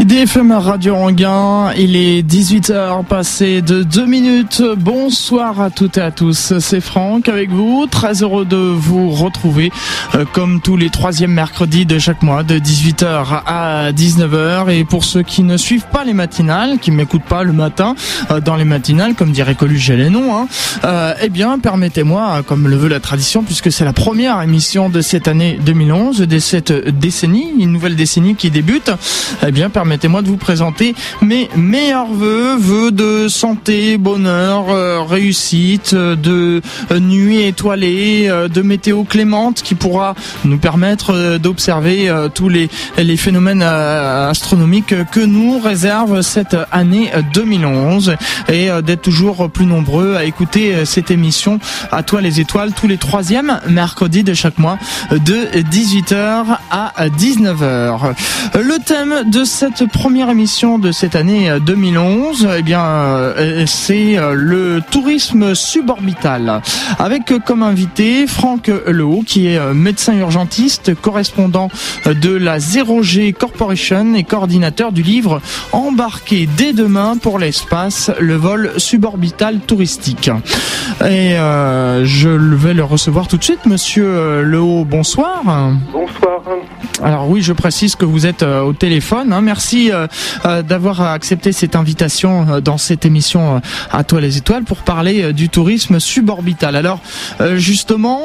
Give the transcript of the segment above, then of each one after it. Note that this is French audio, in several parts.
IDFM Radio Anguin, il est 18h passé de 2 minutes. Bonsoir à toutes et à tous, c'est Franck avec vous, très heureux de vous retrouver comme tous les troisièmes mercredis de chaque mois de 18h à 19h. Et pour ceux qui ne suivent pas les matinales, qui m'écoutent pas le matin dans les matinales, comme dirait Coluche et les noms, eh bien permettez-moi, comme le veut la tradition, puisque c'est la première émission de cette année 2011, de cette décennie, une nouvelle décennie qui débute, eh bien permettez-moi de vous présenter mes meilleurs vœux de santé, bonheur, réussite, de nuit étoilée, de météo clémente qui pourra nous permettre d'observer tous les phénomènes astronomiques que nous réserve cette année 2011 et d'être toujours plus nombreux à écouter cette émission À toi les étoiles tous les troisièmes mercredis de chaque mois de 18h à 19h. Le thème de cette première émission de cette année 2011, eh bien, c'est le tourisme suborbital. Avec comme invité Franck Lehaut, qui est médecin urgentiste, correspondant de la 0G Corporation et coordinateur du livre Embarquer dès demain pour l'espace, le vol suborbital touristique. Et je vais le recevoir tout de suite. Monsieur Lehaut, bonsoir. Bonsoir. Alors oui, je précise que vous êtes au téléphone. Merci d'avoir accepté cette invitation dans cette émission À toi les étoiles pour parler du tourisme suborbital. Alors justement,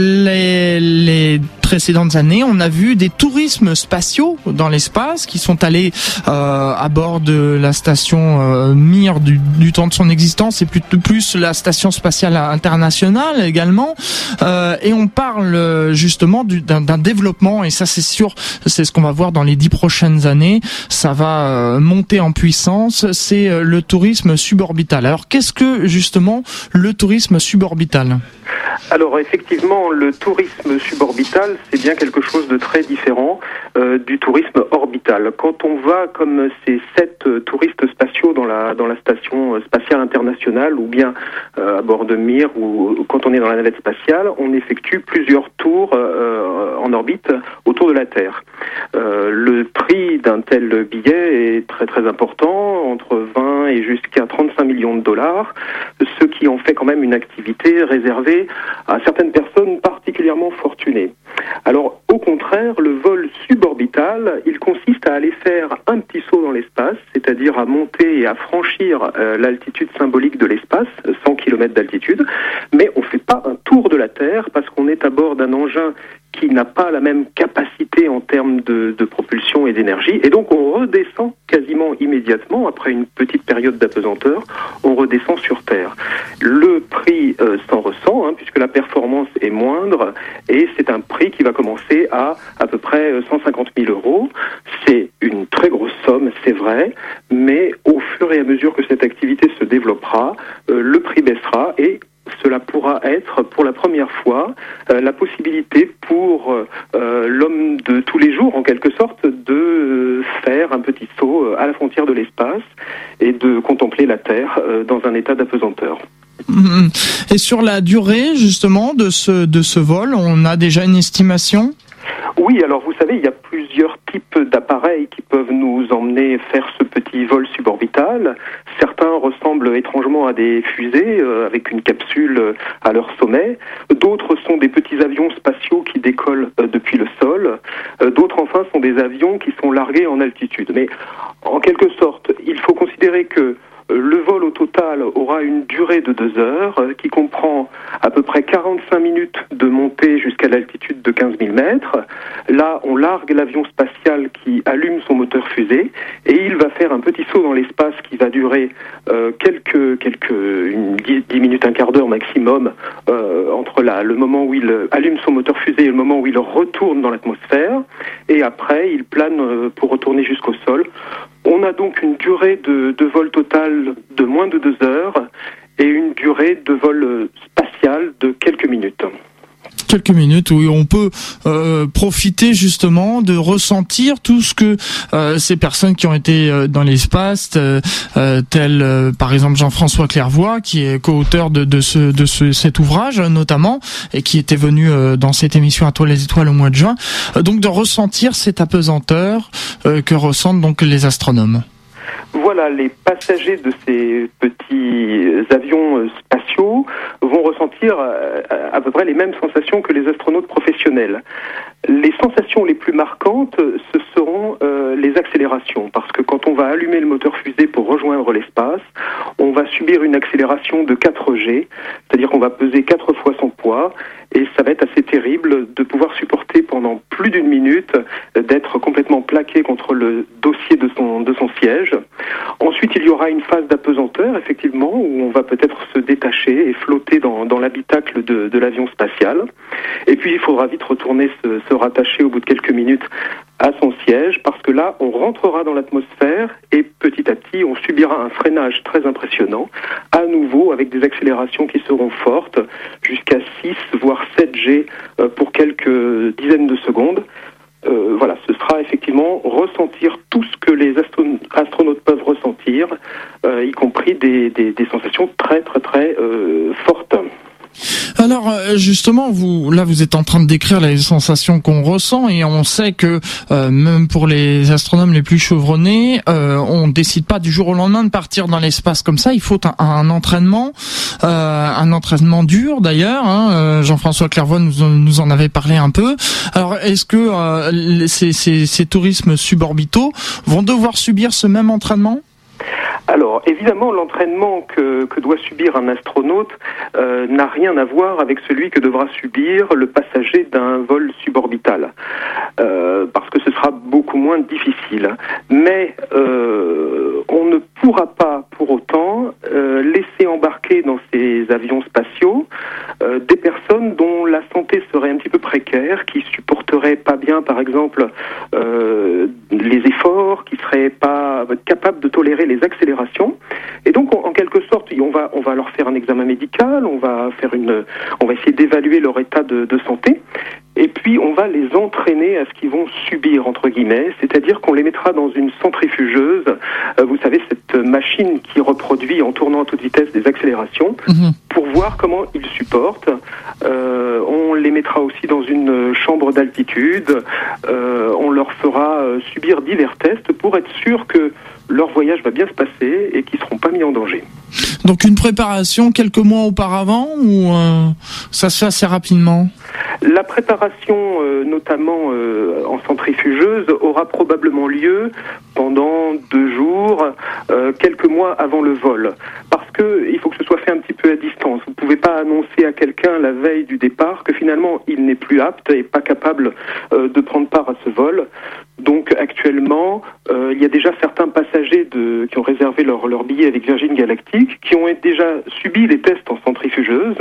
les précédentes années, on a vu des tourismes spatiaux dans l'espace qui sont allés à bord de la station Mir du temps de son existence et plus la station spatiale internationale également. Et on parle justement d'un développement, et ça c'est sûr, c'est ce qu'on va voir dans les 10 prochaines années, ça va monter en puissance, c'est le tourisme suborbital. Alors qu'est-ce que justement le tourisme suborbital ? Alors effectivement, le tourisme suborbital, c'est bien quelque chose de très différent du tourisme orbital. Quand on va comme ces 7 touristes spatiaux dans la station spatiale internationale ou bien à bord de Mir ou quand on est dans la navette spatiale, on effectue plusieurs tours en orbite autour de la Terre. Le prix d'un tel billet est très très important, entre 20 et jusqu'à 35 millions de dollars, ce qui en fait quand même une activité réservée à certaines personnes particulièrement fortunées. Alors, au contraire, le vol suborbital, il consiste à aller faire un petit saut dans l'espace, c'est-à-dire à monter et à franchir l'altitude symbolique de l'espace, 100 km d'altitude, mais on ne fait pas un tour de la Terre parce qu'on est à bord d'un engin qui n'a pas la même capacité en termes de propulsion et d'énergie, et donc on redescend quasiment immédiatement, après une petite période d'apesanteur, on redescend sur Terre. Le prix s'en ressent, puisque la performance est moindre, et c'est un prix qui va commencer à peu près 150 000 euros. C'est une très grosse somme, c'est vrai, mais au fur et à mesure que cette activité se développera, le prix baissera, et cela pourra être pour la première fois la possibilité pour l'homme de tous les jours, en quelque sorte, de faire un petit saut à la frontière de l'espace et de contempler la Terre dans un état d'apesanteur. Et sur la durée justement de ce vol, on a déjà une estimation ? Oui, alors vous savez, il y a plusieurs types d'appareils qui peuvent nous emmener faire ce petit vol suborbital. Certains ressemblent étrangement à des fusées avec une capsule à leur sommet. D'autres sont des petits avions spatiaux qui décollent depuis le sol. D'autres enfin sont des avions qui sont largués en altitude. Mais en quelque sorte, il faut considérer que le vol au total aura une durée de 2 heures qui comprend à peu près 45 minutes de montée jusqu'à l'altitude de 15 000 mètres. Là, on largue l'avion spatial qui allume son moteur fusée et il va faire un petit saut dans l'espace qui va durer 10 minutes, un quart d'heure maximum entre le moment où il allume son moteur fusée et le moment où il retourne dans l'atmosphère. Et après, il plane pour retourner jusqu'au sol. On a donc une durée de vol total de moins de 2 heures et une durée de vol spatial de quelques minutes. quelques minutes où on peut profiter justement de ressentir tout ce que ces personnes qui ont été dans l'espace, tel par exemple Jean-François Clairvoy, qui est co-auteur de cet ouvrage notamment, et qui était venu dans cette émission À toi les étoiles au mois de juin, donc de ressentir cette apesanteur que ressentent donc les astronomes. Voilà, les passagers de ces petits avions spatiaux vont ressentir à peu près les mêmes sensations que les astronautes professionnels. Les sensations les plus marquantes, ce seront les accélérations, parce que quand on va allumer le moteur fusée pour rejoindre l'espace, on va subir une accélération de 4G, c'est-à-dire qu'on va peser 4 fois son poids, et ça va être assez terrible de pouvoir supporter pendant plus d'une minute d'être complètement plaqué contre le dossier de son siège. Ensuite, il y aura une phase d'apesanteur, effectivement, où on va peut-être se détacher et flotter dans l'habitacle de l'avion spatial. Et puis, il faudra vite retourner se rattacher au bout de quelques minutes à son siège, parce que là, on rentrera dans l'atmosphère et petit à petit, on subira un freinage très impressionnant, à nouveau avec des accélérations qui seront fortes, jusqu'à 6 voire 7G pour quelques dizaines de secondes. Voilà, ce sera effectivement ressentir tout ce que les astronautes peuvent ressentir, y compris des sensations très très très fortes. Alors justement, vous êtes en train de décrire les sensations qu'on ressent, et on sait que même pour les astronomes les plus chevronnés, on décide pas du jour au lendemain de partir dans l'espace comme ça. Il faut un entraînement dur d'ailleurs. Jean-François Clairvoy nous en avait parlé un peu. Alors est-ce que ces tourismes suborbitaux vont devoir subir ce même entraînement ? Alors, évidemment, l'entraînement que doit subir un astronaute n'a rien à voir avec celui que devra subir le passager d'un vol suborbital, parce que ce sera beaucoup moins difficile. Mais on ne pourra pas, pour autant, laisser embarquer dans ces avions spatiaux des personnes dont la santé serait un petit peu précaire, qui supporteraient pas bien, par exemple, les efforts, qui seraient pas capables de tolérer les accélérations. Et donc, en quelque sorte, on va leur faire un examen médical, on va essayer d'évaluer leur état de santé, et puis on va les entraîner à ce qu'ils vont subir, entre guillemets, c'est-à-dire qu'on les mettra dans une centrifugeuse, vous savez, cette machine qui reproduit en tournant à toute vitesse des accélérations, pour voir comment ils supportent. On les mettra aussi dans une chambre d'altitude, on leur fera subir divers tests pour être sûr que leur voyage va bien se passer et qu'ils ne seront pas mis en danger. Donc une préparation quelques mois auparavant, ou ça se fait assez rapidement ? La préparation, notamment en centrifugeuse, aura probablement lieu pendant 2 jours, quelques mois avant le vol. Parce que il faut que ce soit fait un petit peu à distance. Vous ne pouvez pas annoncer à quelqu'un la veille du départ que finalement il n'est plus apte et pas capable de prendre part à ce vol. Donc actuellement, il y a déjà certains passagers qui ont réservé leur billet avec Virgin Galactic, qui ont déjà subi les tests en centrifugeuse.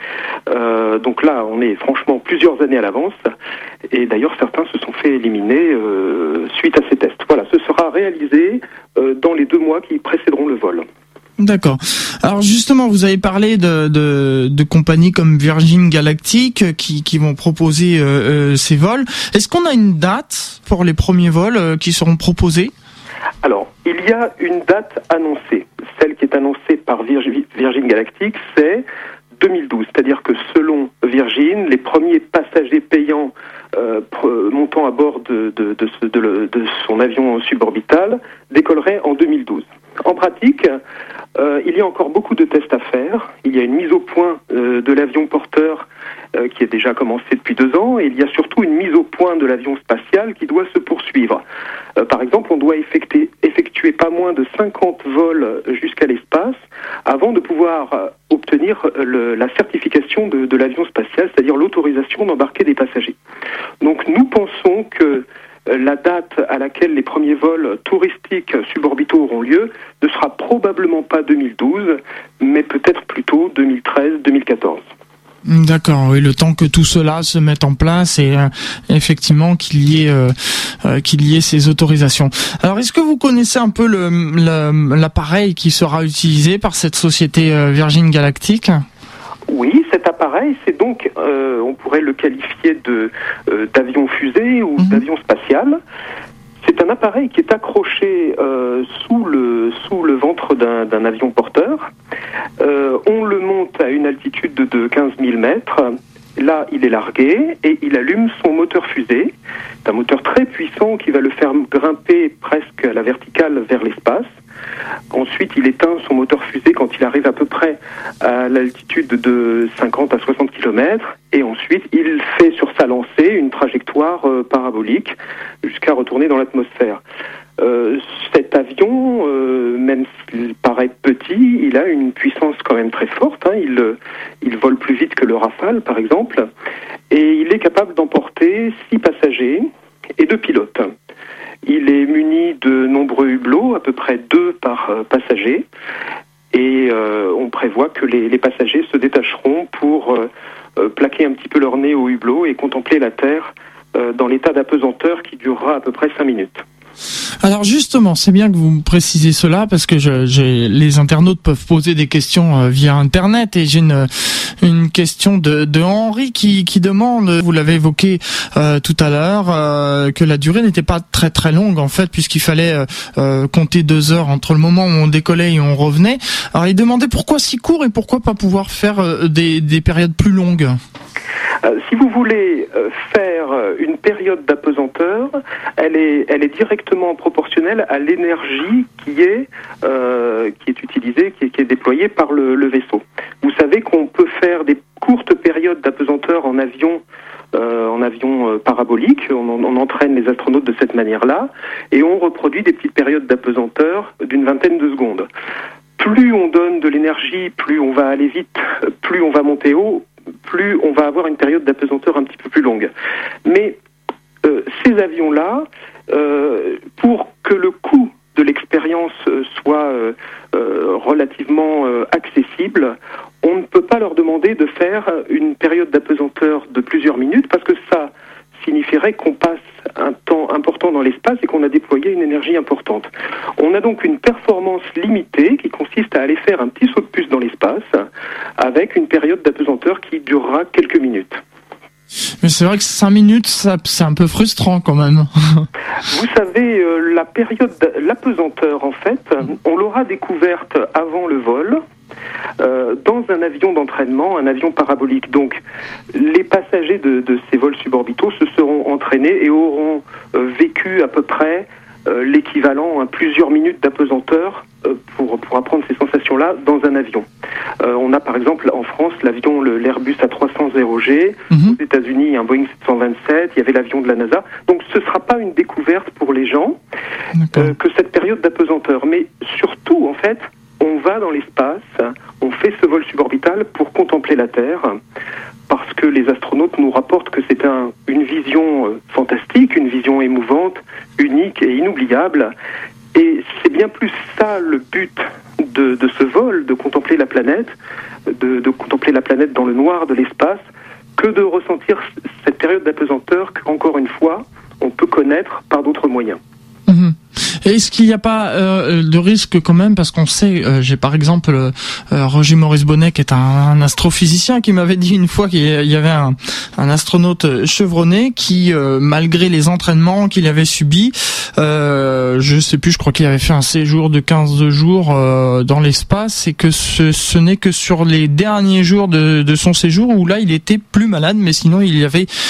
Donc là, on est franchement plusieurs années à l'avance. Et d'ailleurs, certains se sont fait éliminer suite à ces tests. Voilà, ce sera réalisé dans les 2 mois qui précéderont le vol. D'accord. Alors justement, vous avez parlé de compagnies comme Virgin Galactic qui vont proposer ces vols. Est-ce qu'on a une date pour les premiers vols qui seront proposés ? Alors, il y a une date annoncée. Celle qui est annoncée par Virgin Galactic, c'est 2012. C'est-à-dire que selon Virgin, les premiers passagers payants montant à bord de son avion suborbital décolleraient en 2012. En pratique, il y a encore beaucoup de tests à faire. Il y a une mise au point de l'avion porteur qui a déjà commencé depuis 2 ans, et il y a surtout une mise au point de l'avion spatial qui doit se poursuivre. Par exemple, on doit effectuer pas moins de 50 vols jusqu'à l'espace avant de pouvoir obtenir la certification de l'avion spatial, c'est-à-dire l'autorisation d'embarquer des passagers. Donc nous pensons que la date à laquelle les premiers vols touristiques suborbitaux auront lieu ne sera probablement pas 2012, mais peut-être plutôt 2013-2014. D'accord, oui, le temps que tout cela se mette en place et effectivement qu'il y ait ces autorisations. Alors, est-ce que vous connaissez un peu l'appareil qui sera utilisé par cette société Virgin Galactic ? Oui, cet appareil, c'est donc, on pourrait le qualifier d'avion fusée ou d'avion spatial. C'est un appareil qui est accroché sous le ventre d'un avion porteur. On le monte à une altitude de 15 000 mètres. Là, il est largué et il allume son moteur fusée. C'est un moteur très puissant qui va le faire grimper presque à la verticale vers l'espace. Ensuite, il éteint son moteur fusée quand il arrive à peu près à l'altitude de 50 à 60 km. Et ensuite, il fait sur sa lancée une trajectoire parabolique jusqu'à retourner dans l'atmosphère. Cet avion, même s'il paraît petit, il a une puissance quand même très forte. Il vole plus vite que le Rafale, par exemple. Et il est capable d'emporter 6 passagers et 2 pilotes. Il est muni de nombreux hublots, à peu près 2 par passager. Et on prévoit que les passagers se détacheront pour plaquer un petit peu leur nez au hublot et contempler la Terre dans l'état d'apesanteur qui durera à peu près 5 minutes. Alors justement, c'est bien que vous me précisez cela parce que les internautes peuvent poser des questions via Internet et j'ai une question de Henri qui demande, vous l'avez évoqué tout à l'heure, que la durée n'était pas très très longue en fait puisqu'il fallait compter 2 heures entre le moment où on décollait et on revenait. Alors il demandait pourquoi si court et pourquoi pas pouvoir faire des périodes plus longues. Si vous voulez faire une période d'apesanteur, elle est directement proportionnelle à l'énergie qui est utilisée, qui est déployée par le vaisseau. Vous savez qu'on peut faire des courtes périodes d'apesanteur en avion parabolique. On entraîne les astronautes de cette manière-là et on reproduit des petites périodes d'apesanteur d'une vingtaine de secondes. Plus on donne de l'énergie, plus on va aller vite, plus on va monter haut, plus on va avoir une période d'apesanteur un petit peu plus longue. Mais ces avions-là, pour que le coût de l'expérience soit relativement accessible, on ne peut pas leur demander de faire une période d'apesanteur de plusieurs minutes parce que ça signifierait qu'on passe un temps important dans l'espace et qu'on a déployé une énergie importante. On a donc une performance limitée qui consiste à aller faire un petit saut de puce dans l'espace avec une période d'apesanteur qui durera quelques minutes. Mais c'est vrai que 5 minutes, c'est un peu frustrant quand même. Vous savez, la période l'apesanteur, en fait, on l'aura découverte avant le vol. Dans un avion d'entraînement, un avion parabolique. Donc, les passagers de ces vols suborbitaux se seront entraînés et auront vécu à peu près l'équivalent à plusieurs minutes d'apesanteur pour apprendre ces sensations-là dans un avion. On a par exemple en France l'Airbus A300G, aux États-Unis un Boeing 727, il y avait l'avion de la NASA. Donc ce ne sera pas une découverte pour les gens que cette période d'apesanteur. Mais surtout, en fait, on va dans l'espace, on fait ce vol suborbital pour contempler la Terre, parce que les astronautes nous rapportent que c'est une vision fantastique, une vision émouvante, unique et inoubliable. Et c'est bien plus ça le but de ce vol, de contempler la planète, de contempler la planète dans le noir de l'espace, que de ressentir cette période d'apesanteur qu'encore une fois, on peut connaître par d'autres moyens. Est-ce qu'il n'y a pas de risque quand même, parce qu'on sait, j'ai par exemple Roger Maurice Bonnet qui est un astrophysicien qui m'avait dit une fois qu'il y avait un astronaute chevronné qui, malgré les entraînements qu'il avait subis, je sais plus, je crois qu'il avait fait un séjour de 15 jours dans l'espace et que ce n'est que sur les derniers jours de son séjour où là il était plus malade, mais sinon il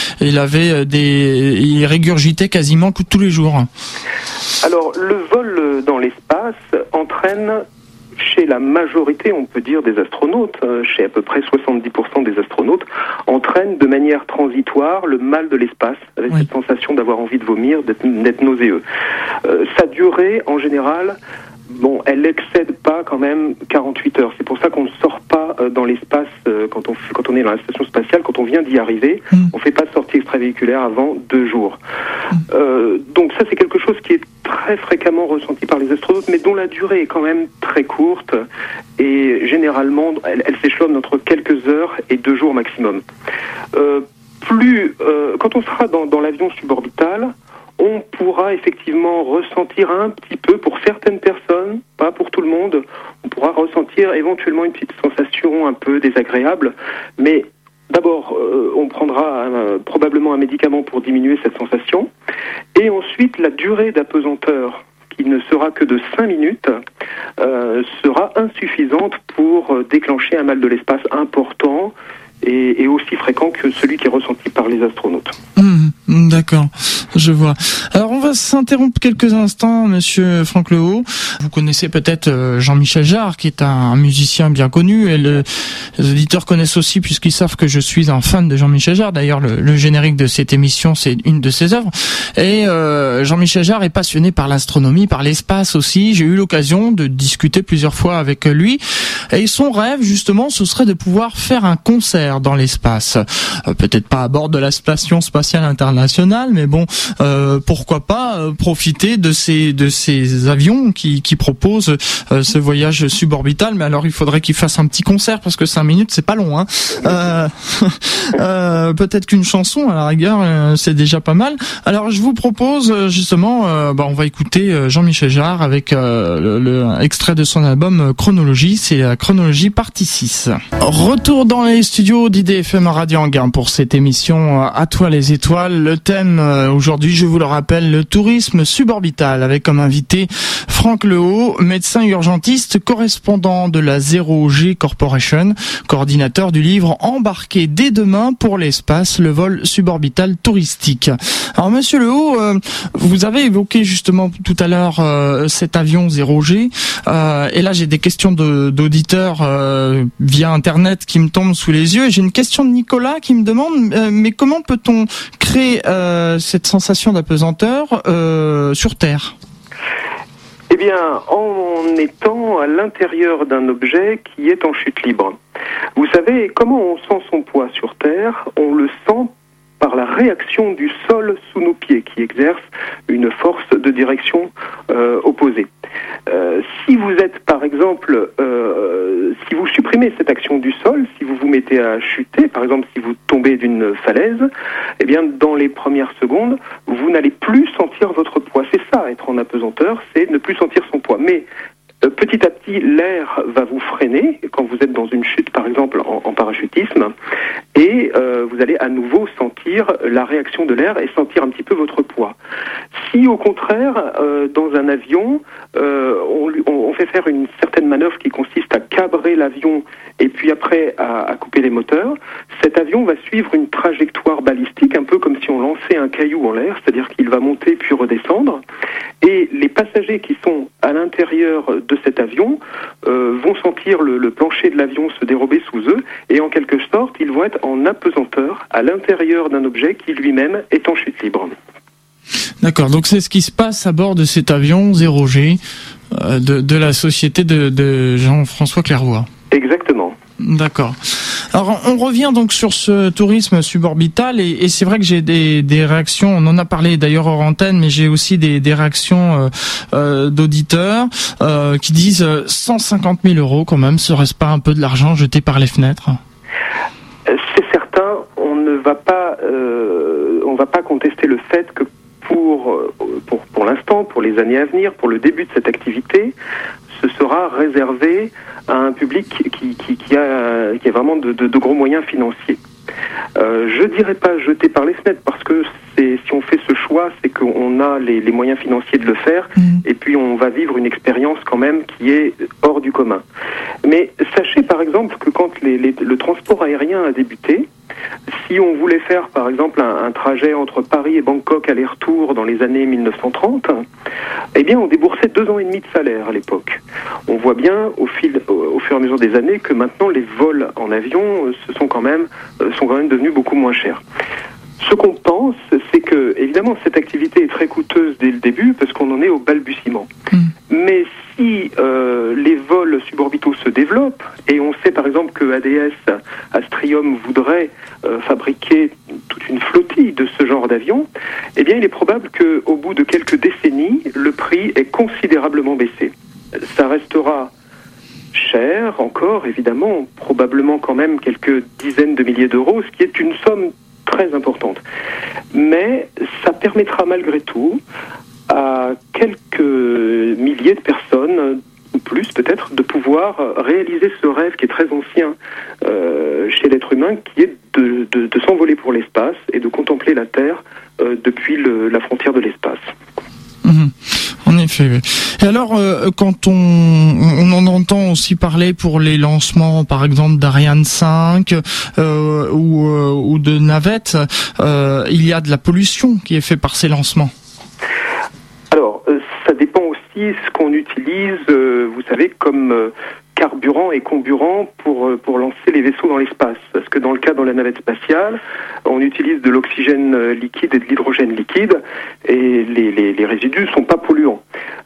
régurgitait quasiment tous les jours. Alors, le vol dans l'espace entraîne, chez la majorité, on peut dire, des astronautes, chez à peu près 70% des astronautes, entraîne de manière transitoire le mal de l'espace, avec cette sensation d'avoir envie de vomir, d'être nauséeux. Sa durée, en général, elle n'excède pas quand même 48 heures. C'est pour ça qu'on ne sort pas dans l'espace quand on est dans la station spatiale, quand on vient d'y arriver, on ne fait pas de sortie extravéhiculaire avant 2 jours. Donc ça, c'est quelque chose qui est très fréquemment ressenti par les astronautes, mais dont la durée est quand même très courte et généralement, elle s'échelonne entre quelques heures et 2 jours maximum. Quand on sera dans l'avion suborbital, on pourra effectivement ressentir un petit peu, pour certaines personnes, pas pour tout le monde, on pourra ressentir éventuellement une petite sensation un peu désagréable, mais d'abord, on prendra probablement un médicament pour diminuer cette sensation, et ensuite la durée d'apesanteur, qui ne sera que de 5 minutes, sera insuffisante pour déclencher un mal de l'espace important et aussi fréquent que celui qui est ressenti par les astronautes. D'accord, je vois. Alors on va s'interrompre quelques instants, monsieur Franck Lehaut. Vous connaissez peut-être Jean-Michel Jarre, qui est un musicien bien connu, et les auditeurs connaissent aussi, puisqu'ils savent que je suis un fan de Jean-Michel Jarre. D'ailleurs, le générique de cette émission, c'est une de ses œuvres. Et Jean-Michel Jarre est passionné par l'astronomie, par l'espace aussi. J'ai eu l'occasion de discuter plusieurs fois avec lui. Et son rêve, justement, ce serait de pouvoir faire un concert dans l'espace. Peut-être pas à bord de la Station Spatiale Internationale, mais bon, pourquoi pas profiter de ces avions qui proposent ce voyage suborbital. Mais alors, il faudrait qu'il fasse un petit concert, parce que 5 minutes, c'est pas long, hein. Peut-être qu'une chanson, à la rigueur, c'est déjà pas mal. Alors, je vous propose, justement, on va écouter Jean-Michel Jarre avec le extrait de son album Chronologie. C'est la Chronologie partie 6. Retour dans les studios d'IDFM Radio Anguin pour cette émission À toi les étoiles. Le thème aujourd'hui, je vous le rappelle, le tourisme suborbital, avec comme invité Franck Lehaut, médecin urgentiste, correspondant de la 0G Corporation, coordinateur du livre Embarqué dès demain pour l'espace, le vol suborbital touristique. Alors monsieur Lehaut, vous avez évoqué justement tout à l'heure cet avion 0G, et là j'ai des questions d'auditeurs via internet qui me tombent sous les yeux, et j'ai une question de Nicolas qui me demande mais comment peut-on créer cette sensation d'apesanteur sur Terre ? Eh bien, en étant à l'intérieur d'un objet qui est en chute libre. Vous savez, comment on sent son poids sur Terre ? On le sent par la réaction du sol sous nos pieds, qui exerce une force de direction opposée. Si vous êtes, par exemple, si vous supprimez cette action du sol, si vous vous mettez à chuter, par exemple si vous tombez d'une falaise, eh bien dans les premières secondes, vous n'allez plus sentir votre poids. C'est ça, être en apesanteur, c'est ne plus sentir son poids. Mais petit à petit, l'air va vous freiner quand vous êtes dans une chute, par exemple en parachutisme, et vous allez à nouveau sentir la réaction de l'air et sentir un petit peu votre poids. Si au contraire, dans un avion, on fait faire une certaine manœuvre qui consiste à cabrer l'avion et puis après à couper les moteurs, cet avion va suivre une trajectoire balistique, un peu comme si on lançait un caillou en l'air, c'est-à-dire qu'il va monter puis redescendre, et les passagers qui sont à l'intérieur de cet avion vont sentir le plancher de l'avion se dérober sous eux, et en quelque sorte, ils vont être en apesanteur à l'intérieur d'un objet qui lui-même est en chute libre. D'accord, donc c'est ce qui se passe à bord de cet avion 0G de la société de Jean-François Clairvoy. Exactement. D'accord. Alors on revient donc sur ce tourisme suborbital et c'est vrai que j'ai des réactions, on en a parlé d'ailleurs hors antenne, mais j'ai aussi des réactions d'auditeurs qui disent 150 000 € quand même, serait-ce pas un peu de l'argent jeté par les fenêtres ? C'est certain, on ne va pas contester le fait que pour l'instant, pour les années à venir, pour le début de cette activité, ce sera réservé à un public qui a vraiment de gros moyens financiers. Je dirais pas jeter par les fenêtres, parce que si on fait ce choix, c'est qu'on a les moyens financiers de le faire, et puis on va vivre une expérience quand même qui est hors du commun. Mais sachez par exemple que quand le transport aérien a débuté, si on voulait faire par exemple un trajet entre Paris et Bangkok aller-retour dans les années 1930, eh bien on déboursait 2 ans et demi de salaire à l'époque. On voit bien au fur et à mesure des années que maintenant les vols en avion sont quand même devenus beaucoup moins chers. Ce qu'on pense, c'est que, évidemment, cette activité est très coûteuse dès le début parce qu'on en est au balbutiement. Mais si les vols suborbitaux se développent, et on sait par exemple que ADS, Astrium, voudrait fabriquer toute une flottille de ce genre d'avion, eh bien il est probable qu'au bout de quelques décennies, le prix ait considérablement baissé. Ça restera cher encore, évidemment, probablement quand même quelques dizaines de milliers d'euros, ce qui est une somme très importante. Mais ça permettra malgré tout à quelques milliers de personnes, ou plus peut-être de pouvoir réaliser ce rêve qui est très ancien chez l'être humain, qui est de s'envoler pour l'espace et de contempler la Terre depuis la frontière de l'espace. En effet. Oui. Et alors, quand on en entend aussi parler pour les lancements, par exemple d'Ariane 5 ou de navettes, il y a de la pollution qui est faite par ces lancements. Alors, ça dépend aussi ce qu'on utilise, vous savez, comme carburant et comburant pour lancer les vaisseaux dans l'espace. Parce que dans le cas de la navette spatiale, on utilise de l'oxygène liquide et de l'hydrogène liquide, et les résidus ne sont pas polluants.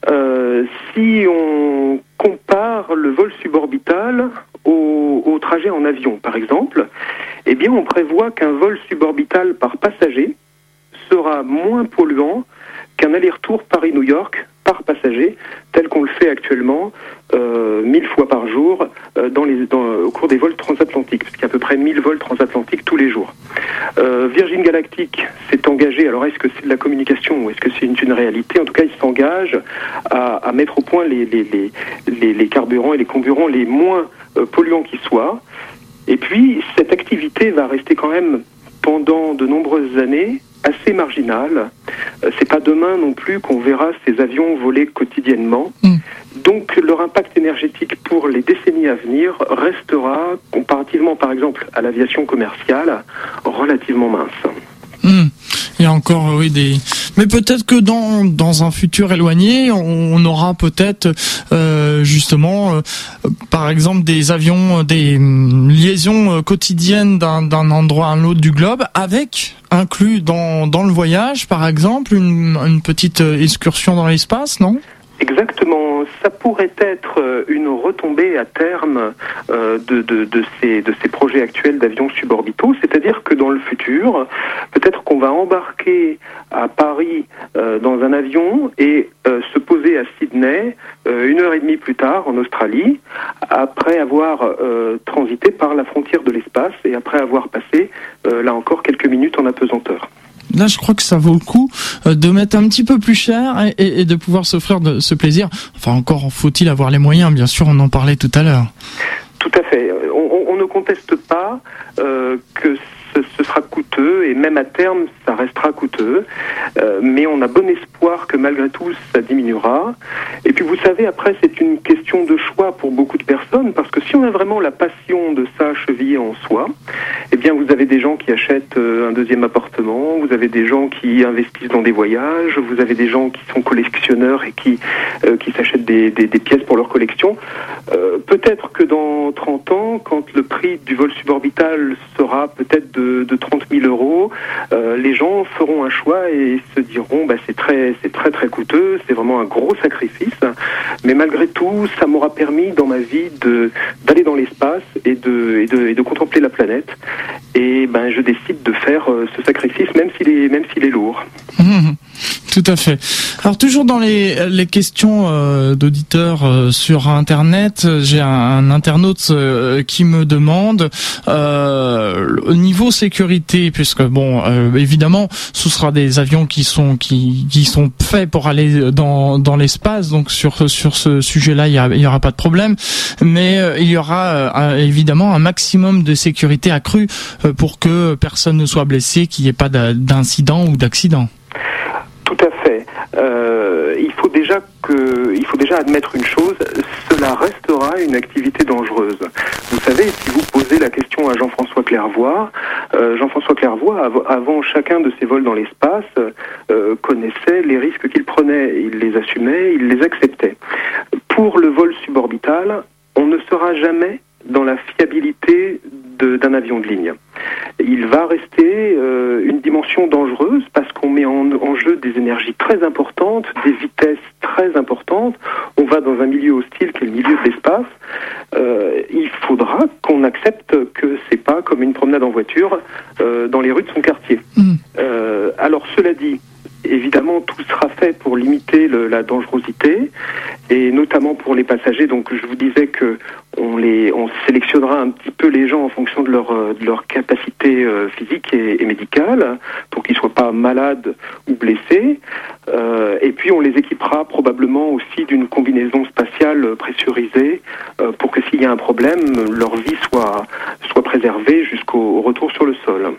Si on compare le vol suborbital au trajet en avion, par exemple, eh bien on prévoit qu'un vol suborbital par passager sera moins polluant qu'un aller-retour Paris-New York par passager, tel qu'on le fait actuellement 1000 fois par jour au cours des vols transatlantiques, parce qu'il y a à peu près 1000 vols transatlantiques tous les jours. Virgin Galactic s'est engagé, alors est-ce que c'est de la communication ou est-ce que c'est une réalité? En tout cas, il s'engage à mettre au point les carburants et les comburants les moins polluants qui soient. Et puis, cette activité va rester quand même pendant de nombreuses années assez marginale. C'est pas demain non plus qu'on verra ces avions voler quotidiennement. Donc leur impact énergétique pour les décennies à venir restera, comparativement par exemple à l'aviation commerciale, relativement mince. Il y a encore mais peut-être que dans un futur éloigné, on aura peut-être justement par exemple des avions, des liaisons quotidiennes d'un endroit à l'autre du globe, avec inclus dans le voyage par exemple une petite excursion dans l'espace, non ? Exactement, ça pourrait être une retombée à terme de ces projets actuels d'avions suborbitaux, c'est-à-dire que dans le futur, peut-être qu'on va embarquer à Paris dans un avion et se poser à Sydney 1h30 plus tard en Australie, après avoir transité par la frontière de l'espace et après avoir passé là encore quelques minutes en apesanteur. Là, je crois que ça vaut le coup de mettre un petit peu plus cher et de pouvoir s'offrir ce plaisir. Enfin, encore faut-il avoir les moyens, bien sûr, on en parlait tout à l'heure. Tout à fait. On ne conteste pas que ce sera coûteux, et même à terme, ça restera coûteux. Mais on a bon espoir que malgré tout, ça diminuera. Et puis, vous savez, après, c'est une question de choix pour beaucoup de personnes, parce que si on a vraiment la passion de ça chevillée en soi, eh bien, vous avez des gens qui achètent un deuxième appartement, vous avez des gens qui investissent dans des voyages, vous avez des gens qui sont collectionneurs et qui s'achètent des pièces pour leur collection. Peut-être que dans 30 ans, quand le prix du vol suborbital sera peut-être de 30 000 euros, les gens feront un choix et se diront c'est très coûteux, c'est vraiment un gros sacrifice, mais malgré tout, ça m'aura permis dans ma vie d'aller dans l'espace et de contempler la planète. Et je décide de faire ce sacrifice, même s'il est lourd. Tout à fait. Alors toujours dans les questions d'auditeurs sur Internet, j'ai un internaute qui me demande au niveau sécurité, puisque évidemment ce sera des avions qui sont faits pour aller dans l'espace, donc sur ce sujet-là il y aura pas de problème, mais il y aura évidemment un maximum de sécurité accrue pour que personne ne soit blessé, qu'il n'y ait pas d'incident ou d'accident. Tout à fait. Il faut déjà admettre une chose, cela restera une activité dangereuse. Vous savez, si vous posez la question à Jean-François Clairvoy, avant chacun de ses vols dans l'espace, connaissait les risques qu'il prenait, il les assumait, il les acceptait. Pour le vol suborbital, on ne sera jamais dans la fiabilité d'un avion de ligne. Il va rester une dimension dangereuse parce qu'on met en jeu des énergies très importantes, des vitesses très importantes. On va dans un milieu hostile qui est le milieu de l'espace. Il faudra qu'on accepte que c'est pas comme une promenade en voiture dans les rues de son quartier. Alors cela dit, évidemment, tout sera fait pour limiter la dangerosité, et notamment pour les passagers. Donc, je vous disais que on sélectionnera un petit peu les gens en fonction de leur capacité physique et médicale, pour qu'ils soient pas malades ou blessés. Et puis, on les équipera probablement aussi d'une combinaison spatiale pressurisée, pour que s'il y a un problème, leur vie soit préservée jusqu'au retour sur le sol.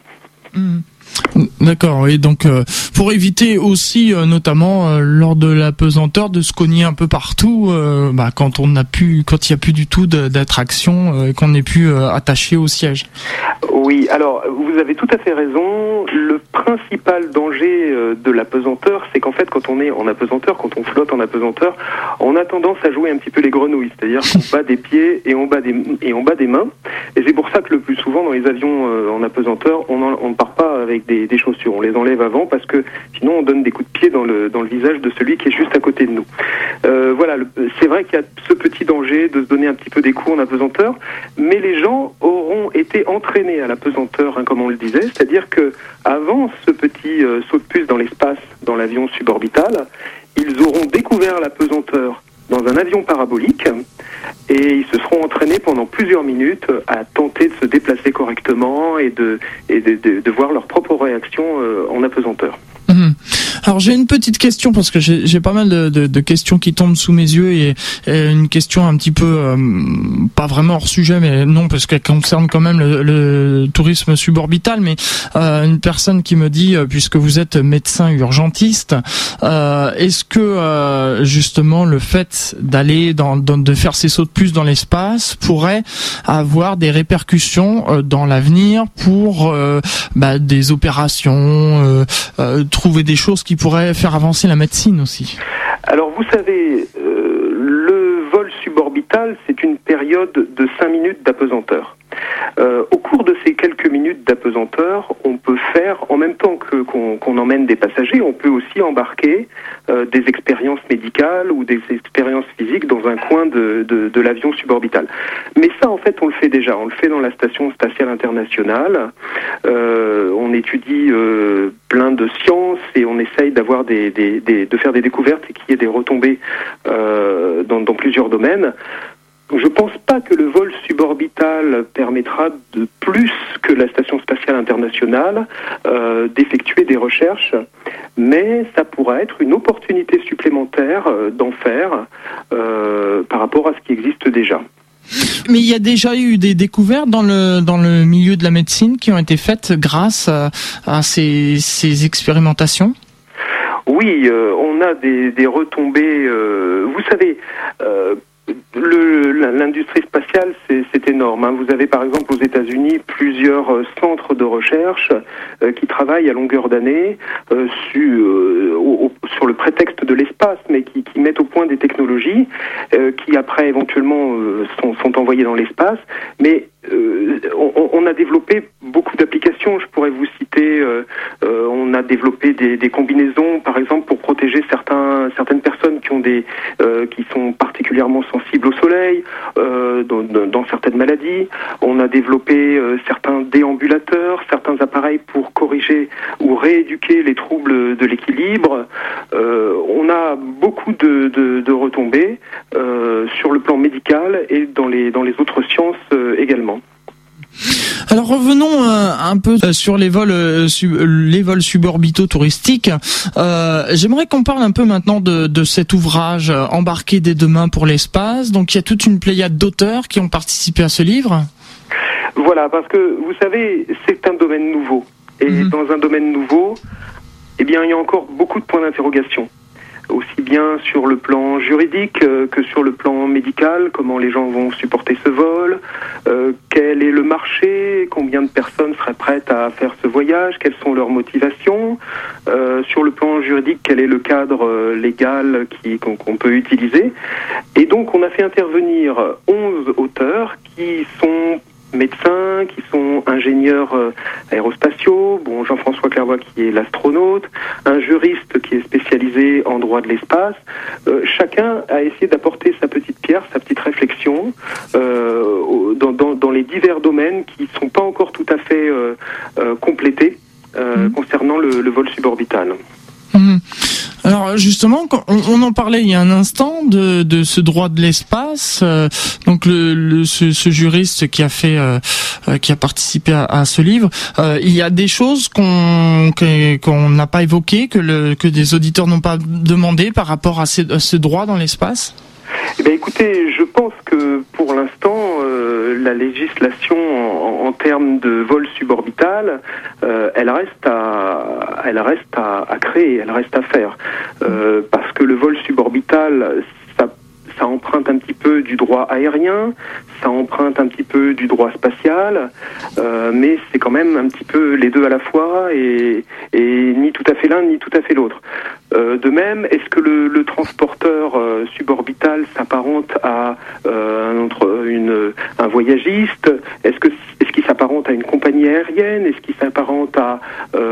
D'accord, et donc pour éviter aussi notamment lors de la pesanteur de se cogner un peu partout quand il n'y a plus du tout d'attraction et qu'on n'est plus attaché au siège. Oui, alors vous avez tout à fait raison. Le principal danger de l'apesanteur, c'est qu'en fait quand on est en apesanteur, quand on flotte en apesanteur, on a tendance à jouer un petit peu les grenouilles, c'est-à-dire qu'on bat des pieds et on bat des mains. Et c'est pour ça que le plus souvent dans les avions en apesanteur, on ne part pas avec des chaussures, on les enlève avant parce que sinon on donne des coups de pied dans le visage de celui qui est juste à côté de nous. Voilà, c'est vrai qu'il y a ce petit danger de se donner un petit peu des coups en apesanteur, mais les gens auront été entraînés à l'apesanteur, comme on le disait, c'est-à-dire que avant ce petit saut de puce dans l'espace, dans l'avion suborbital, ils auront découvert l'apesanteur dans un avion parabolique et ils se seront entraînés pendant plusieurs minutes à tenter de se déplacer correctement et de voir leur propre réaction en apesanteur. Alors j'ai une petite question parce que j'ai pas mal de questions qui tombent sous mes yeux et une question un petit peu pas vraiment hors sujet, mais non, parce qu'elle concerne quand même le tourisme suborbital, mais une personne qui me dit, puisque vous êtes médecin urgentiste, est-ce que justement le fait d'aller de faire ces sauts de puce dans l'espace pourrait avoir des répercussions dans l'avenir pour des opérations, trouver des choses qui pourraient faire avancer la médecine aussi? Alors vous savez, le vol suborbital, c'est une période de 5 minutes d'apesanteur. Au cours de ces quelques minutes d'apesanteur, on peut faire, en même temps qu'on emmène des passagers, on peut aussi embarquer des expériences médicales ou des expériences physiques dans un coin de l'avion suborbital. Mais ça, en fait, on le fait déjà. On le fait dans la Station spatiale internationale. On étudie plein de sciences et on essaye d'avoir de faire des découvertes et qu'il y ait des retombées dans plusieurs domaines. Je pense pas que le vol suborbital permettra de plus que la Station spatiale internationale d'effectuer des recherches, mais ça pourra être une opportunité supplémentaire d'en faire par rapport à ce qui existe déjà. Mais il y a déjà eu des découvertes dans le milieu de la médecine qui ont été faites grâce à ces expérimentations? Oui, on a des retombées. Vous savez, l'industrie spatiale, c'est énorme. Vous avez par exemple aux États-Unis plusieurs centres de recherche qui travaillent à longueur d'année sur le prétexte de l'espace, mais qui mettent au point des technologies qui après éventuellement sont envoyées dans l'espace. Mais on a développé beaucoup d'applications. Je pourrais vous citer, on a développé des combinaisons, par exemple, pour protéger certaines personnes qui sont particulièrement sensibles au soleil, dans certaines maladies. On a développé certains déambulateurs, certains appareils pour corriger ou rééduquer les troubles de l'équilibre. On a beaucoup de retombées sur le plan médical et dans les autres sciences également. Alors revenons un peu sur les vols suborbitaux touristiques. J'aimerais qu'on parle un peu maintenant de cet ouvrage Embarquer dès demain pour l'espace. Donc il y a toute une pléiade d'auteurs qui ont participé à ce livre. Voilà, parce que vous savez, c'est un domaine nouveau. Et dans un domaine nouveau, il y a encore beaucoup de points d'interrogation. Aussi bien sur le plan juridique que sur le plan médical, comment les gens vont supporter ce vol, quel est le marché, combien de personnes seraient prêtes à faire ce voyage, quelles sont leurs motivations, sur le plan juridique, quel est le cadre légal qu'on peut utiliser. Et donc on a fait intervenir 11 auteurs qui sont médecins, qui sont ingénieurs aérospatiaux, Jean-François Clairvoy qui est l'astronaute, un juriste qui est spécialisé en droit de l'espace. Chacun a essayé d'apporter sa petite pierre, sa petite réflexion dans les divers domaines qui ne sont pas encore tout à fait complétés concernant le vol suborbital. parlait il y a un instant de ce droit de l'espace. Donc ce juriste qui a participé à ce livre, il y a des choses qu'on n'a pas évoquées, que des auditeurs n'ont pas demandé par rapport à ce droit dans l'espace. Eh bien, écoutez, je pense que pour l'instant, la législation en termes de vol suborbital, elle reste à créer, elle reste à faire, parce que le vol suborbital, ça emprunte un petit peu du droit aérien, ça emprunte un petit peu du droit spatial, mais c'est quand même un petit peu les deux à la fois et ni tout à fait l'un ni tout à fait l'autre. De même, est-ce que le transporteur suborbital s'apparente à un voyagiste? Est-ce qu'il s'apparente à une compagnie aérienne? Est-ce qu'il s'apparente à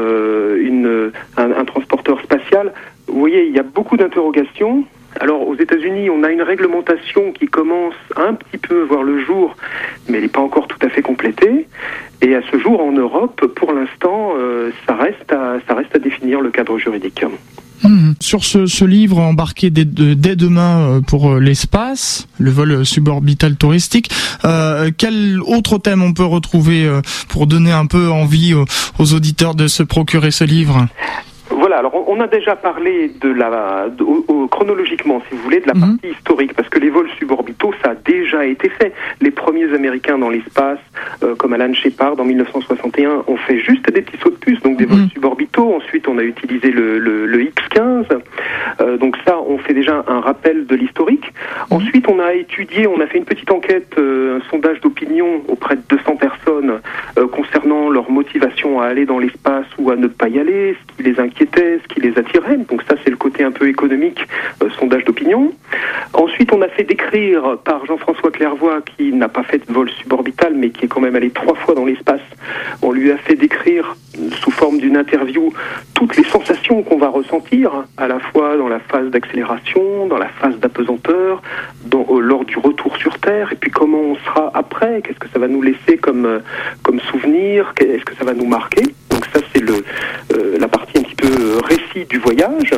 un transporteur spatial? Vous voyez, il y a beaucoup d'interrogations. Alors, aux États-Unis, on a une réglementation qui commence un petit peu à voir le jour, mais elle n'est pas encore tout à fait complétée. Et à ce jour, en Europe, pour l'instant, ça reste à définir le cadre juridique. Sur ce livre embarqué dès demain pour l'espace, le vol suborbital touristique, quel autre thème on peut retrouver pour donner un peu envie aux auditeurs de se procurer ce livre ? Voilà, alors on a déjà parlé chronologiquement, si vous voulez, de la partie historique, parce que les vols suborbitaux, ça a déjà été fait. Les premiers Américains dans l'espace, comme Alan Shepard en 1961, ont fait juste des petits sauts de puce, donc des vols suborbitaux. Ensuite, on a utilisé le X-15. Donc ça, on fait déjà un rappel de l'historique. Ensuite, on a fait une petite enquête, un sondage d'opinion auprès de 200 personnes concernant leur motivation à aller dans l'espace ou à ne pas y aller, ce qui les inquiétait, ce qui les attirait. Donc ça, c'est le côté un peu économique, sondage d'opinion. Ensuite, on a fait décrire par Jean-François Clairvoy, qui n'a pas fait de vol suborbital, mais qui est quand même allé 3 fois dans l'espace. On lui a fait décrire, sous forme d'une interview, toutes les sensations qu'on va ressentir, à la fois dans la phase d'accélération, dans la phase d'apesanteur, lors du retour sur Terre, et puis comment on sera après, qu'est-ce que ça va nous laisser comme souvenir, est-ce que ça va nous marquer. Donc ça, c'est la partie un petit peu récit du voyage.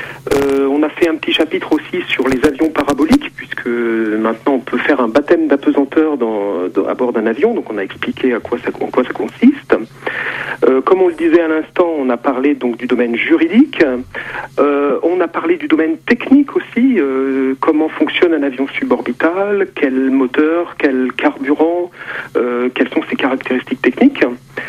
On a fait un petit chapitre aussi sur les avions paraboliques, puisque maintenant on peut faire un baptême d'apesanteur à bord d'un avion, donc on a expliqué en quoi ça consiste. Comme on le disait à l'instant, on a parlé donc du domaine juridique, on a parlé du domaine technique aussi, comment fonctionne un avion suborbital, quel moteur, quel carburant, quelles sont ses caractéristiques techniques.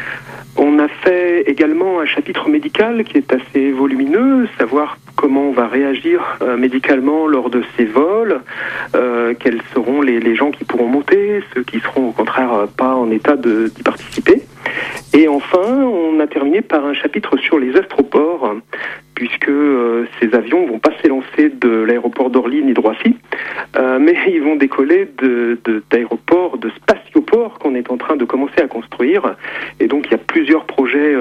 On a fait également un chapitre médical qui est assez volumineux, savoir comment on va réagir médicalement lors de ces vols, quels seront les gens qui pourront monter, ceux qui seront au contraire pas en état d'y participer. Et enfin, on a terminé par un chapitre sur les astroports, puisque ces avions vont pas s'élancer de l'aéroport d'Orly ni de Roissy, mais ils vont décoller d'aéroports, de spatioports qu'on est en train de commencer à construire. Et donc il y a plusieurs projets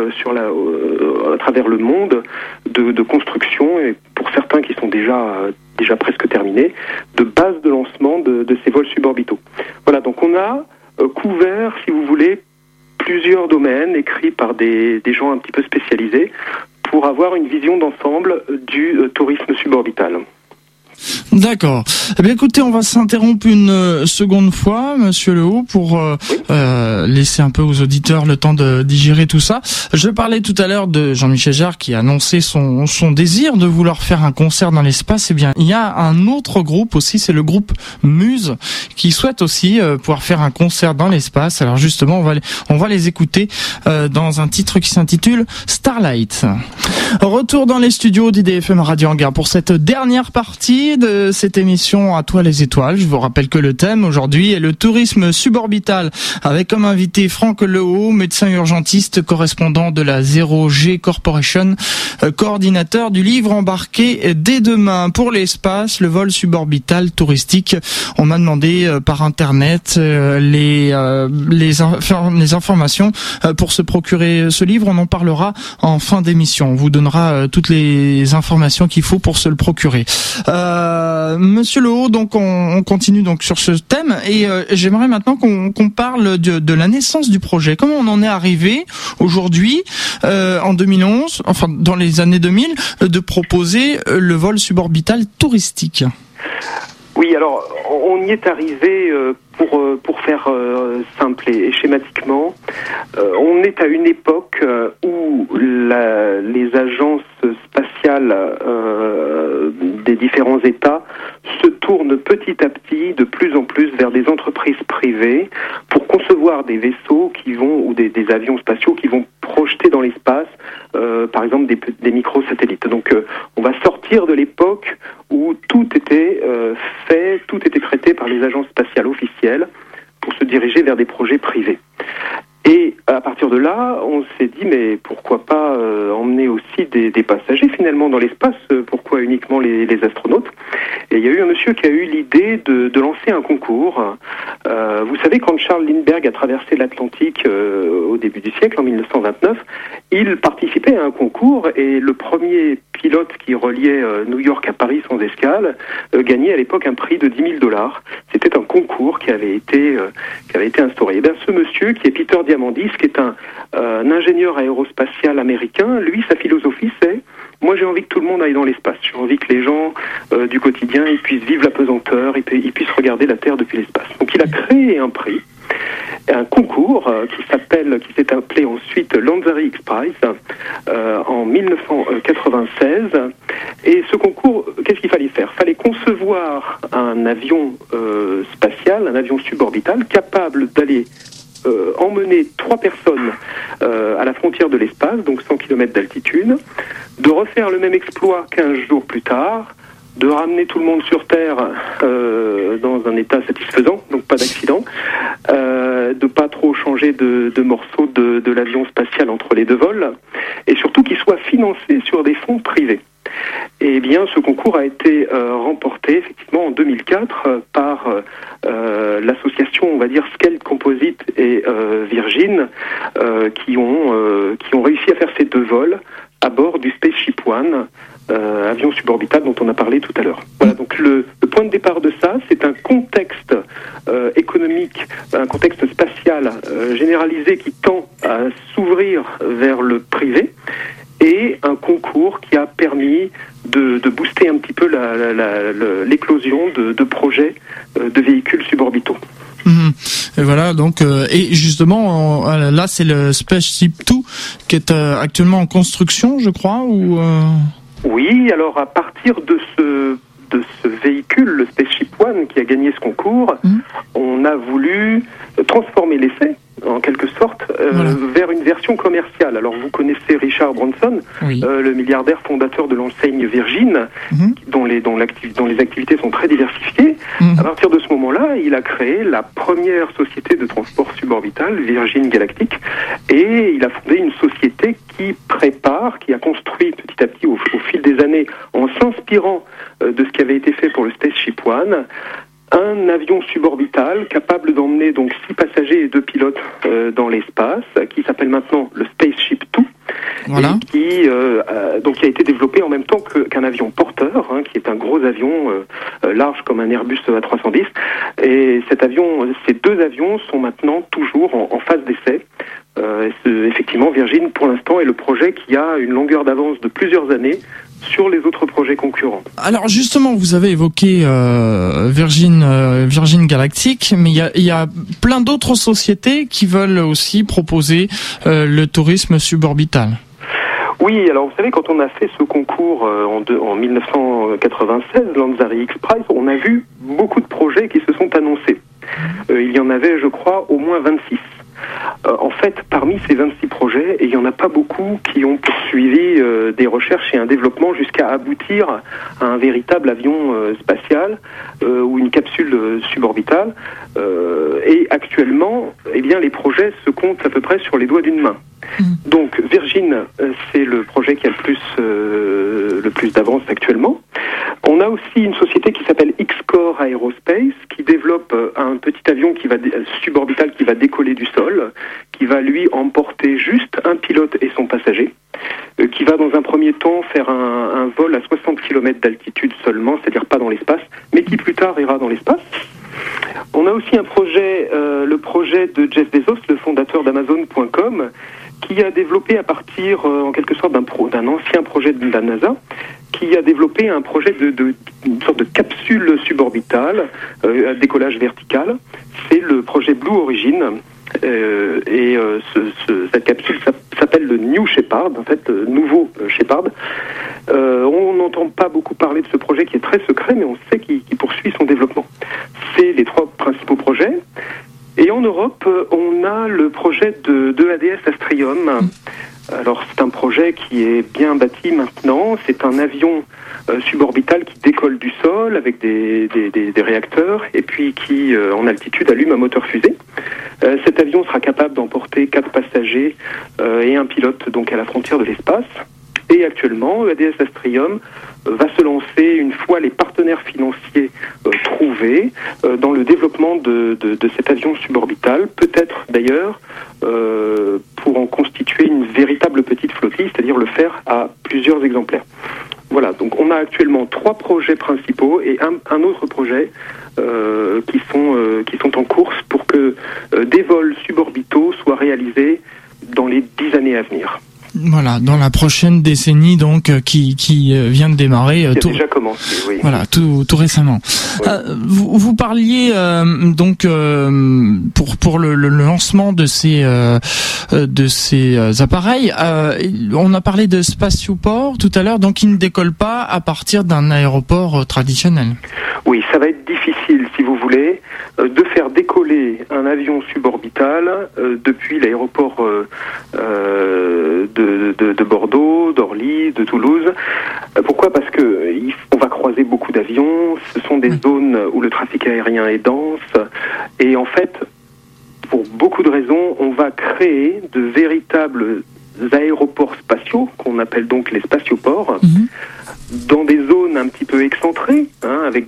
à travers le monde de construction, et pour certains qui sont déjà presque terminés, de bases de lancement de ces vols suborbitaux. Voilà, donc on a couvert, si vous voulez, plusieurs domaines écrits par des gens un petit peu spécialisés pour avoir une vision d'ensemble du tourisme suborbital. D'accord. Eh bien, écoutez, on va s'interrompre une seconde fois, Monsieur Lehaut, pour laisser un peu aux auditeurs le temps de digérer tout ça. Je parlais tout à l'heure de Jean-Michel Jarre qui a annoncé son désir de vouloir faire un concert dans l'espace. Eh bien, il y a un autre groupe aussi, c'est le groupe Muse, qui souhaite aussi pouvoir faire un concert dans l'espace. Alors justement, on va les écouter dans un titre qui s'intitule Starlight. Retour dans les studios d'IDFM Radio Anguin pour cette dernière partie de cette émission À toi les étoiles. Je vous rappelle que le thème aujourd'hui est le tourisme suborbital, avec comme invité Franck Lehaut, médecin urgentiste, correspondant de la 0G Corporation, coordinateur du livre embarqué dès demain pour l'espace, le vol suborbital touristique. On m'a demandé par internet les informations pour se procurer ce livre. On en parlera en fin d'émission. On vous donnera toutes les informations qu'il faut pour se le procurer. Monsieur Lehaut, donc on continue donc sur ce thème et j'aimerais maintenant qu'on parle de la naissance du projet. Comment on en est arrivé aujourd'hui, en 2011, enfin dans les années 2000, de proposer le vol suborbital touristique? Oui, alors on y est arrivé pour faire simple et schématiquement. On est à une époque où les agences spatiales des différents États se tournent petit à petit de plus en plus vers des entreprises privées pour concevoir des vaisseaux qui vont, ou des avions spatiaux qui vont projeter dans l'espace, par exemple des microsatellites. Donc on va sortir de l'époque où tout était tout était traité par les agences spatiales officielles pour se diriger vers des projets privés. Et à partir de là, on s'est dit, mais pourquoi pas emmener aussi des passagers finalement dans l'espace? Pourquoi uniquement les astronautes? Et il y a eu un monsieur qui a eu l'idée de lancer un concours. Vous savez, quand Charles Lindbergh a traversé l'Atlantique au début du siècle, en 1929, il participait à un concours et le premier pilote qui reliait New York à Paris sans escale gagnait à l'époque un prix de $10,000. C'était un concours qui avait été instauré. Et bien, ce monsieur, qui est Peter Diamandis, qui est un ingénieur aérospatial américain, lui, sa philosophie, c'est: moi, j'ai envie que tout le monde aille dans l'espace. J'ai envie que les gens du quotidien, ils puissent vivre la pesanteur, ils puissent regarder la Terre depuis l'espace. Donc, il a créé un prix, un concours qui s'est appelé ensuite Lanzari X-Prize en 1996. Et ce concours, qu'est-ce qu'il fallait faire? Il fallait concevoir un avion spatial, un avion suborbital, capable d'aller emmener 3 personnes à la frontière de l'espace, donc 100 km d'altitude, de refaire le même exploit 15 jours plus tard, de ramener tout le monde sur Terre dans un état satisfaisant, donc pas d'accident, de pas trop changer de morceaux de l'avion spatial entre les deux vols, et surtout qu'il soit financé sur des fonds privés. Et bien, ce concours a été remporté effectivement en 2004 par l'association, on va dire, Scaled Composite et Virgin, qui ont réussi à faire ces 2 vols à bord du Spaceship One, avion suborbital dont on a parlé tout à l'heure. Voilà, donc le point de départ de ça, c'est un contexte économique, un contexte spatial généralisé qui tend à s'ouvrir vers le privé, et un concours qui a permis de booster un petit peu l'éclosion de projets de véhicules suborbitaux. Et voilà, donc et justement là c'est le Spaceship 2 qui est actuellement en construction, je crois, ou Oui, alors à partir de ce véhicule, le Spaceship One, qui a gagné ce concours, on a voulu transformer l'essai, en quelque sorte, vers une version commerciale. Alors vous connaissez Richard Branson, le milliardaire fondateur de l'enseigne Virgin, dont les activités sont très diversifiées. À partir de ce moment-là, il a créé la première société de transport suborbital, Virgin Galactic, et il a fondé une société qui a construit petit à petit au fil des années, en s'inspirant de ce qui avait été fait pour le Spaceship One, un avion suborbital capable d'emmener donc 6 passagers et 2 pilotes dans l'espace, qui s'appelle maintenant le Spaceship 2, et qui a été développé en même temps qu'un avion porteur, qui est un gros avion large comme un Airbus A310. Et ces 2 avions sont maintenant toujours en phase d'essai. Effectivement, Virgin, pour l'instant, est le projet qui a une longueur d'avance de plusieurs années sur les autres projets concurrents. Alors justement, vous avez évoqué Virgin Galactic, mais il y a plein d'autres sociétés qui veulent aussi proposer le tourisme suborbital. Oui, alors vous savez, quand on a fait ce concours en 1996, Lanzari X-Prize, on a vu beaucoup de projets qui se sont annoncés. Il y en avait, je crois, au moins 26. En fait, parmi ces 26 projets, il n'y en a pas beaucoup qui ont poursuivi des recherches et un développement jusqu'à aboutir à un véritable avion spatial ou une capsule suborbitale. Et actuellement, les projets se comptent à peu près sur les doigts d'une main. Donc Virgin, c'est le projet qui a le plus d'avance actuellement. On a aussi une société qui s'appelle X-Core Aerospace, qui développe un petit avion suborbital qui va décoller du sol, qui va lui emporter juste un pilote et son passager, qui va dans un premier temps faire un vol à 60 km d'altitude seulement, c'est-à-dire pas dans l'espace, mais qui plus tard ira dans l'espace. On a aussi un projet, le projet de Jeff Bezos, le fondateur d'Amazon.com, qui a développé à partir, en quelque sorte, d'un ancien projet de la NASA, qui a développé un projet une sorte de capsule suborbitale à décollage vertical. C'est le projet Blue Origin. Cette capsule s'appelle le New Shepard, en fait, nouveau Shepard. On n'entend pas beaucoup parler de ce projet qui est très secret, mais on sait qu'il poursuit son développement. C'est les 3 principaux projets. Et en Europe, on a le projet de ADS Astrium. Alors c'est un projet qui est bien bâti maintenant. C'est un avion suborbital qui décolle du sol avec des réacteurs et puis qui, en altitude, allume un moteur fusée. Cet avion sera capable d'emporter 4 passagers et un pilote donc à la frontière de l'espace. Et actuellement, ADS Astrium va se lancer une fois les partenaires financiers trouvés dans le développement de cet avion suborbital, peut-être d'ailleurs pour en constituer une véritable petite flottille, c'est-à-dire le faire à plusieurs exemplaires. Voilà, donc on a actuellement 3 projets principaux et un autre projet qui sont en course pour que des vols suborbitaux soient réalisés dans les 10 années à venir. Voilà, dans la prochaine décennie donc qui vient de démarrer. Qui a déjà commencé, oui. Voilà, tout récemment. Oui. Vous parliez donc pour le lancement de ces appareils. On a parlé de spatioport tout à l'heure, donc ils ne décollent pas à partir d'un aéroport traditionnel. Oui, ça va être difficile, si vous voulez, de faire décoller un avion suborbital depuis l'aéroport de Bordeaux, d'Orly, de Toulouse. Pourquoi ? Parce que on va croiser beaucoup d'avions, ce sont des zones où le trafic aérien est dense, et en fait, pour beaucoup de raisons, on va créer de véritables aéroports spatiaux, qu'on appelle donc les spatioports, dans des zones un petit peu excentrées, avec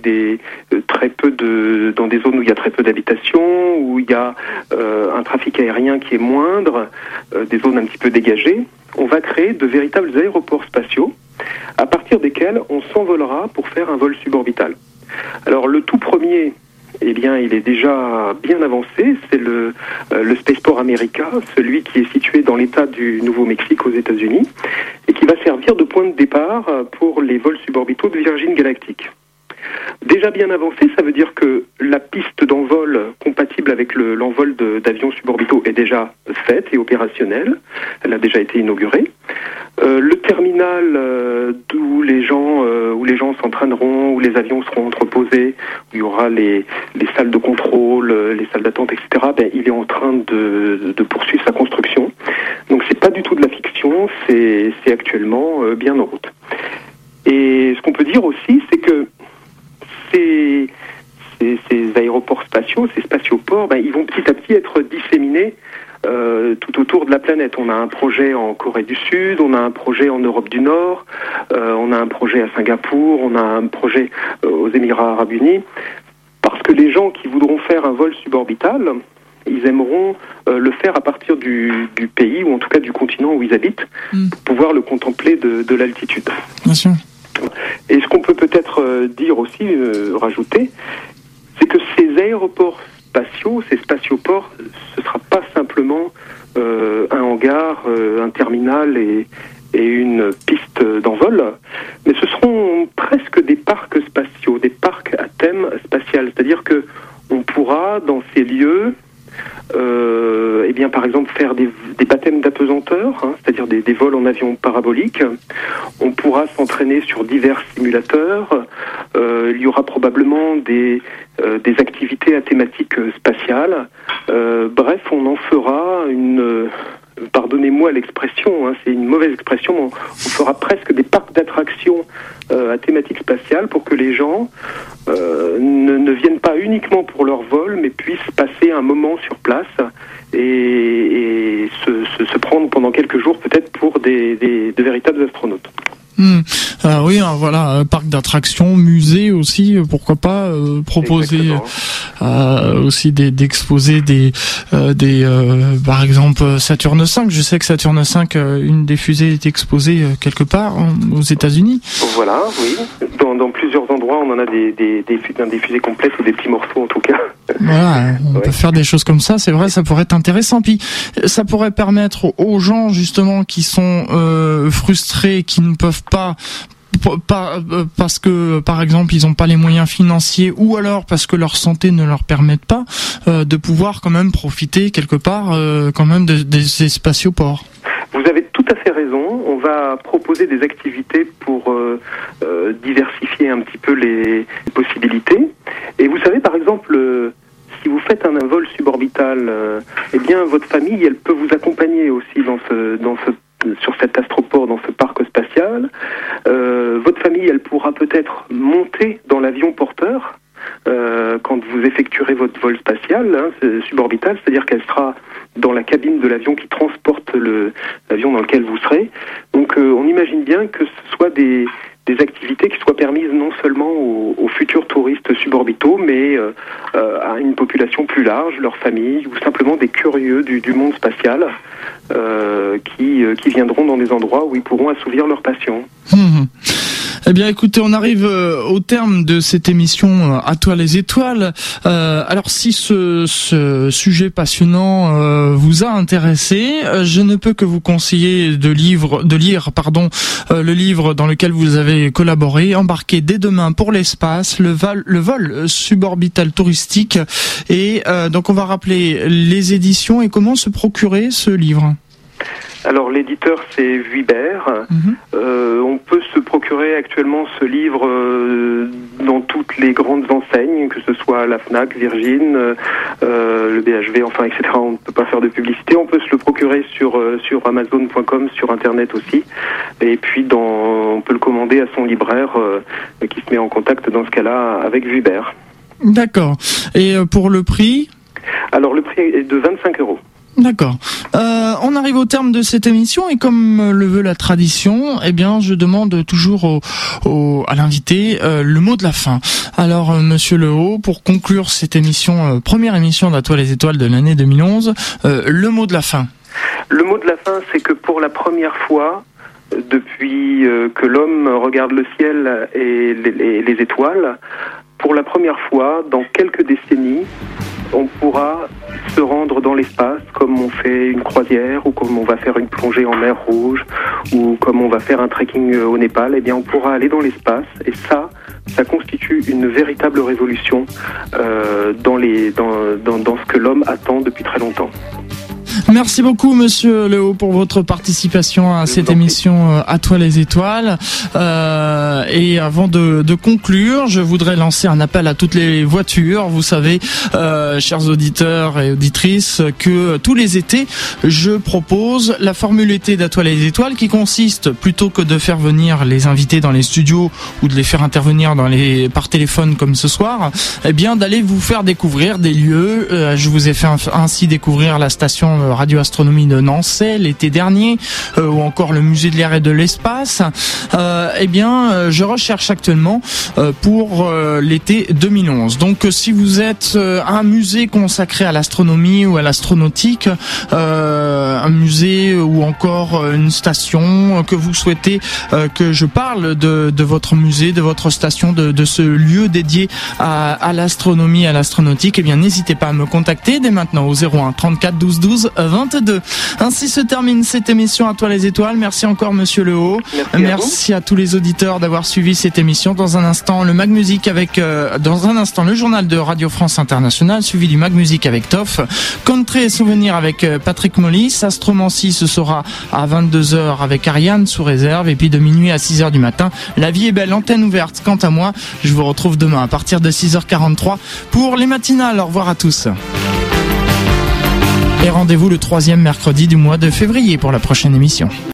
dans des zones où il y a très peu d'habitations, où il y a un trafic aérien qui est moindre, des zones un petit peu dégagées. On va créer de véritables aéroports spatiaux, à partir desquels on s'envolera pour faire un vol suborbital. Alors le tout premier, eh bien, il est déjà bien avancé. C'est le Spaceport America, celui qui est situé dans l'État du Nouveau-Mexique aux États-Unis et qui va servir de point de départ pour les vols suborbitaux de Virgin Galactic. Déjà bien avancé, ça veut dire que la piste d'envol compatible avec l'envol d'avions suborbitaux est déjà faite et opérationnelle. Elle a déjà été inaugurée. Le terminal où les gens s'entraîneront, où les avions seront entreposés, où il y aura les salles de contrôle, les salles d'attente, etc., il est en train de poursuivre sa construction. Donc c'est pas du tout de la fiction, c'est actuellement bien en route. Et ce qu'on peut dire aussi, c'est que ces aéroports spatiaux, ces spatioports, ils vont petit à petit être disséminés tout autour de la planète. On a un projet en Corée du Sud, on a un projet en Europe du Nord, on a un projet à Singapour, on a un projet aux Émirats Arabes Unis, parce que les gens qui voudront faire un vol suborbital, ils aimeront le faire à partir du pays, ou en tout cas du continent où ils habitent, pour pouvoir le contempler de l'altitude. Bien sûr. Et ce qu'on peut peut-être dire aussi, rajouter, c'est que ces aéroports spatiaux, ces spatioports, ce ne sera pas simplement un hangar, un terminal et une piste d'envol, mais ce seront presque des parcs spatiaux, des parcs à thème spatial. C'est-à-dire que on pourra, dans ces lieux, par exemple faire des baptêmes d'apesanteur, c'est-à-dire des vols en avion parabolique. On pourra s'entraîner sur divers simulateurs. Il y aura probablement des activités à thématique spatiale. Bref, on en fera pardonnez-moi l'expression, c'est une mauvaise expression, on fera presque des parcs d'attractions à thématique spatiale pour que les gens ne viennent pas uniquement pour leur vol, mais puissent passer un moment sur place et se prendre pendant quelques jours peut-être pour de véritables astronautes. Oui, voilà, parc d'attractions, musée aussi, pourquoi pas proposer aussi d'exposer des par exemple Saturne 5. Je sais que Saturne 5, une des fusées est exposée quelque part aux États-Unis. Voilà, oui. Dans plusieurs endroits, on en a des fusées complètes ou des petits morceaux en tout cas. Voilà, on peut faire des choses comme ça, c'est vrai, ça pourrait être intéressant. Puis ça pourrait permettre aux gens justement qui sont frustrés, qui ne peuvent pas parce que par exemple ils n'ont pas les moyens financiers ou alors parce que leur santé ne leur permette pas de pouvoir quand même profiter quelque part quand même des spatioports. Vous avez tout à fait raison. On va proposer des activités pour diversifier un petit peu les possibilités. Et vous savez, par exemple, si vous faites un vol suborbital, eh bien votre famille, elle peut vous accompagner aussi sur cet astroport, dans ce parc spatial. Votre famille, elle pourra peut-être monter dans l'avion porteur quand vous effectuerez votre vol spatial suborbital, c'est-à-dire qu'elle sera dans la cabine de l'avion qui transporte l'avion dans lequel vous serez. Donc on imagine bien que ce soit des activités qui soient permises non seulement aux futurs touristes suborbitaux, mais à une population plus large, leurs familles, ou simplement des curieux du monde spatial qui viendront dans des endroits où ils pourront assouvir leur passion. Eh bien, écoutez, on arrive au terme de cette émission À toi les étoiles. Alors, si ce sujet passionnant vous a intéressé, je ne peux que vous conseiller de lire le livre dans lequel vous avez collaboré, Embarqué dès demain pour l'espace, le vol suborbital touristique. Et donc, on va rappeler les éditions et comment se procurer ce livre. Alors l'éditeur c'est Vuibert. On peut se procurer actuellement ce livre dans toutes les grandes enseignes, que ce soit la Fnac, Virgin, le BHV, enfin etc. On ne peut pas faire de publicité. On peut se le procurer sur Amazon.com, sur Internet aussi. Et puis on peut le commander à son libraire qui se met en contact dans ce cas-là avec Vuibert. D'accord. Et pour le prix ? Alors le prix est de 25 €. D'accord. On arrive au terme de cette émission et comme le veut la tradition, eh bien, je demande toujours à l'invité le mot de la fin. Alors, Monsieur Lehaut, pour conclure cette émission, première émission d'À toi les étoiles de l'année 2011, le mot de la fin. Le mot de la fin, c'est que pour la première fois, depuis que l'homme regarde le ciel et les étoiles, pour la première fois, dans quelques décennies, on pourra se rendre dans l'espace comme on fait une croisière ou comme on va faire une plongée en mer Rouge ou comme on va faire un trekking au Népal. Eh bien, on pourra aller dans l'espace et ça constitue une véritable révolution dans ce que l'homme attend depuis très longtemps. Merci beaucoup, Monsieur Lehaut, pour votre participation à cette émission À toi les étoiles. Et avant de conclure, je voudrais lancer un appel à toutes les voitures. Vous savez, chers auditeurs et auditrices, que tous les étés, je propose la formule été d'À toi les étoiles, qui consiste, plutôt que de faire venir les invités dans les studios ou de les faire intervenir par téléphone comme ce soir, eh bien d'aller vous faire découvrir des lieux. Je vous ai fait ainsi découvrir la station Radio Astronomie de Nancy l'été dernier, ou encore le musée de l'air et de l'espace. Eh bien, je recherche actuellement pour l'été 2011. Donc, si vous êtes un musée consacré à l'astronomie ou à l'astronautique, un musée ou encore une station que vous souhaitez que je parle de votre musée, de votre station, de ce lieu dédié à l'astronomie, à l'astronautique, eh bien, n'hésitez pas à me contacter dès maintenant au 01 34 12 12 22. Ainsi se termine cette émission À toi les étoiles. Merci encore, Monsieur Lehaut. Merci à tous les auditeurs d'avoir suivi cette émission. Dans un instant, le Mag Music dans un instant, le journal de Radio France Internationale, suivi du Mag Music avec Toff. Country et souvenirs avec Patrick Mollis. Astromancie, ce sera à 22h avec Ariane sous réserve. Et puis de minuit à 6h du matin, La vie est belle, antenne ouverte. Quant à moi, je vous retrouve demain à partir de 6h43 pour les matinales. Au revoir à tous. Et rendez-vous le 3e mercredi du mois de février pour la prochaine émission.